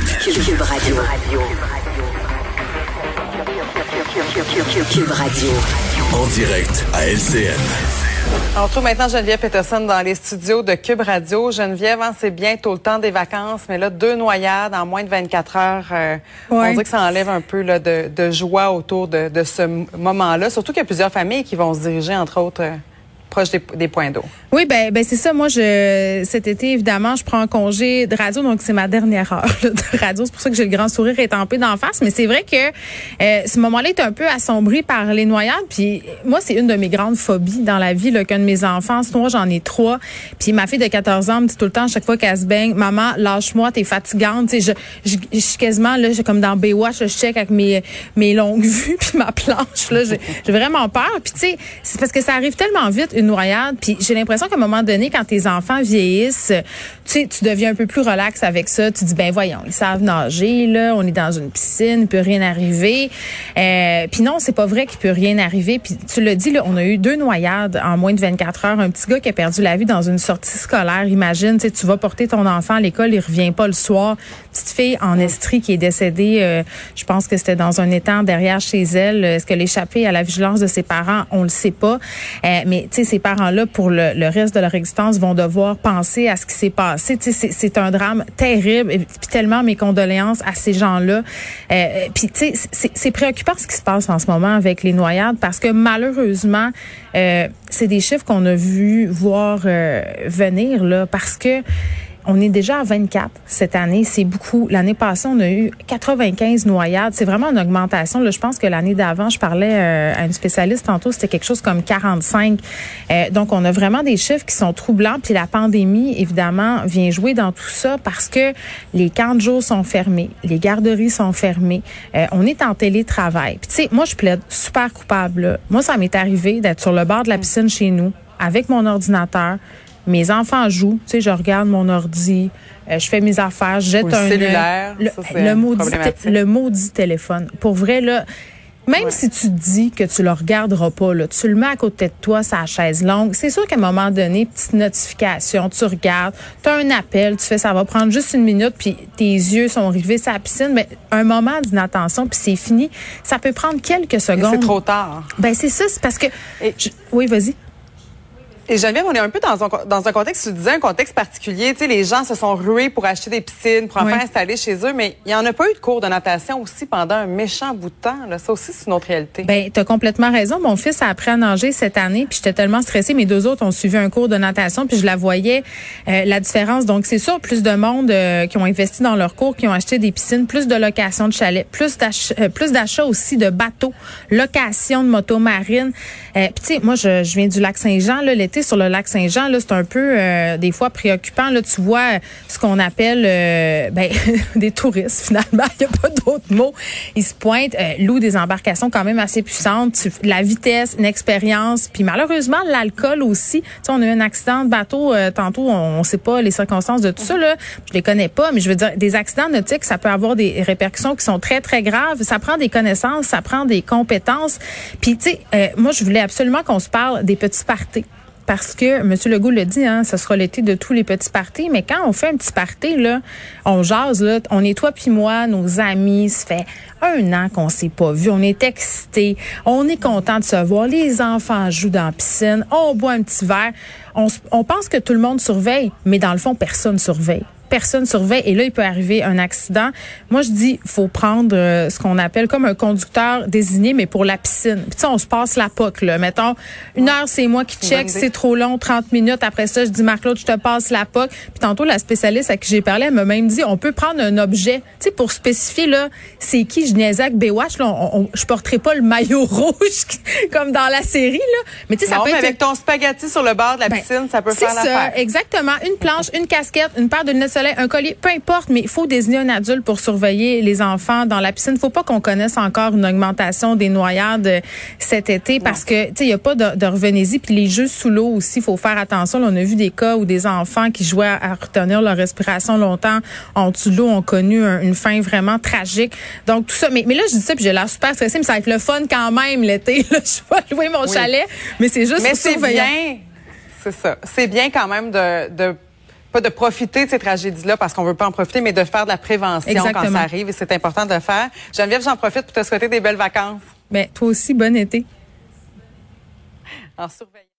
Cube Radio. Cube Radio. En direct à LCN. On retrouve maintenant Geneviève Peterson dans les studios de Cube Radio. Geneviève, c'est bientôt le temps des vacances, mais là, 2 noyades en moins de 24 heures. On dirait que ça enlève un peu là, de joie autour de ce moment-là. Surtout qu'il y a plusieurs familles qui vont se diriger, entre autres, proche des points d'eau. Oui, ben c'est ça. Moi, cet été, évidemment, je prends un congé de radio, donc c'est ma dernière heure là, de radio. C'est pour ça que j'ai le grand sourire étampé d'en face. Mais c'est vrai que ce moment-là est un peu assombri par les noyades. Puis moi, c'est une de mes grandes phobies dans la vie, là, qu'un de mes enfants, sinon j'en ai 3. Puis ma fille de 14 ans me dit tout le temps, à chaque fois qu'elle se baigne, maman, lâche-moi, t'es fatigante. Tu sais, je suis quasiment là, comme dans Baywatch, je check avec mes longues vues puis ma planche. Là, j'ai vraiment peur. Puis tu sais, c'est parce que ça arrive tellement vite une noyade. Puis j'ai l'impression qu'à un moment donné, quand tes enfants vieillissent, tu deviens un peu plus relax avec ça. Tu dis, ben voyons, ils savent nager, là, on est dans une piscine, il peut rien arriver. Puis non, c'est pas vrai qu'il peut rien arriver. Puis tu l'as dit, là, on a eu 2 noyades en moins de 24 heures. Un petit gars qui a perdu la vie dans une sortie scolaire. Imagine, tu vas porter ton enfant à l'école, il revient pas le soir. Petite fille en Estrie qui est décédée, je pense que c'était dans un étang derrière chez elle. Est-ce qu'elle a échappé à la vigilance de ses parents? On le sait pas. Mais tu sais, ces parents-là, pour le reste de leur existence, vont devoir penser à ce qui s'est passé. Tu sais, c'est un drame terrible. Et puis tellement mes condoléances à ces gens-là. Puis tu sais, c'est préoccupant ce qui se passe en ce moment avec les noyades parce que malheureusement, c'est des chiffres qu'on a vu voir venir là parce que on est déjà à 24 cette année, c'est beaucoup. L'année passée, on a eu 95 noyades. C'est vraiment une augmentation. Là, je pense que l'année d'avant, je parlais à une spécialiste tantôt, c'était quelque chose comme 45. Donc, on a vraiment des chiffres qui sont troublants. Puis la pandémie, évidemment, vient jouer dans tout ça parce que les camps de jour sont fermés, les garderies sont fermées. On est en télétravail. Puis tu sais, moi, je plaide super coupable. Là. Moi, ça m'est arrivé d'être sur le bord de la piscine chez nous avec mon ordinateur. Mes enfants jouent, tu sais, je regarde mon ordi, je fais mes affaires, je jette un cellulaire, le maudit téléphone. Pour vrai là, même si tu te dis que tu le regarderas pas là, tu le mets à côté de toi sur la chaise longue, c'est sûr qu'à un moment donné, petite notification, tu regardes, tu as un appel, tu fais ça va prendre juste 1 minute puis tes yeux sont rivés sur la piscine, mais un moment d'inattention puis c'est fini, ça peut prendre quelques secondes. Et c'est trop tard. Ben c'est ça, c'est parce que oui, vas-y. Et Geneviève, on est un peu dans un contexte, tu disais, un contexte particulier. Tu sais, les gens se sont rués pour acheter des piscines, pour enfin installer chez eux, mais il n'y en a pas eu de cours de natation aussi pendant un méchant bout de temps. Là. Ça aussi, c'est une autre réalité. Ben, t'as complètement raison. Mon fils a appris à nager cette année, puis j'étais tellement stressée. Mes 2 autres ont suivi un cours de natation, puis je la voyais, la différence. Donc, c'est sûr, plus de monde qui ont investi dans leur cours, qui ont acheté des piscines, plus de location de chalets, plus d'achat aussi de bateaux, location de motos marines. Puis, tu sais, moi, je viens du lac Saint-Jean, là, l'été sur le lac Saint-Jean, là, c'est un peu des fois préoccupant. Là, tu vois ce qu'on appelle des touristes, finalement. Il n'y a pas d'autre mot. Ils se pointent, louent des embarcations quand même assez puissantes. La vitesse, une expérience, puis malheureusement, l'alcool aussi. Tu sais, on a eu un accident de bateau tantôt, on ne sait pas les circonstances de tout ça. Là. Je les connais pas, mais je veux dire, des accidents nautiques, ça peut avoir des répercussions qui sont très, très graves. Ça prend des connaissances, ça prend des compétences. Puis, tu sais, moi, je voulais absolument qu'on se parle des petits parties. Parce que M. Legault le dit, ce sera l'été de tous les petits parties. Mais quand on fait un petit party, là, on jase, là, on est toi puis moi, nos amis, ça fait 1 an qu'on s'est pas vu, on est excités, on est content de se voir, les enfants jouent dans la piscine, on boit un petit verre, on pense que tout le monde surveille, mais dans le fond, personne surveille. Personne surveille et là, il peut arriver un accident. Moi, je dis, faut prendre ce qu'on appelle comme un conducteur désigné, mais pour la piscine. Puis tu sais, on se passe la POC, là. Mettons, 1 heure, c'est moi qui check, c'est trop long, 30 minutes. Après ça, je dis, Marc-Claude, je te passe la POC. Puis tantôt, la spécialiste à qui j'ai parlé, elle m'a même dit, on peut prendre un objet, tu sais, pour spécifier, là, c'est qui, je niaisais avec Baywatch, là, je porterai pas le maillot rouge comme dans la série, là. Mais tu sais, ça peut être... avec ton spaghetti sur le bord de la piscine, ça peut faire l'affaire. C'est ça, exactement. Une planche, une casquette, une paire de lunettes un collier, peu importe, mais il faut désigner un adulte pour surveiller les enfants dans la piscine. Il faut pas qu'on connaisse encore une augmentation des noyades cet été parce que, tu sais, il n'y a pas de revenez-y. Puis les jeux sous l'eau aussi, il faut faire attention. Là, on a vu des cas où des enfants qui jouaient à retenir leur respiration longtemps en dessous de l'eau ont connu une fin vraiment tragique. Donc, tout ça. Mais là, je dis ça puis j'ai l'air super stressée, mais ça va être le fun quand même l'été. Là, je vais louer mon chalet, mais c'est juste mais c'est bien. C'est ça. C'est bien quand même de pas de profiter de ces tragédies-là parce qu'on veut pas en profiter, mais de faire de la prévention quand ça arrive. Et c'est important de le faire. Geneviève, j'en profite pour te souhaiter des belles vacances. Ben, toi aussi, bon été. En surveillant.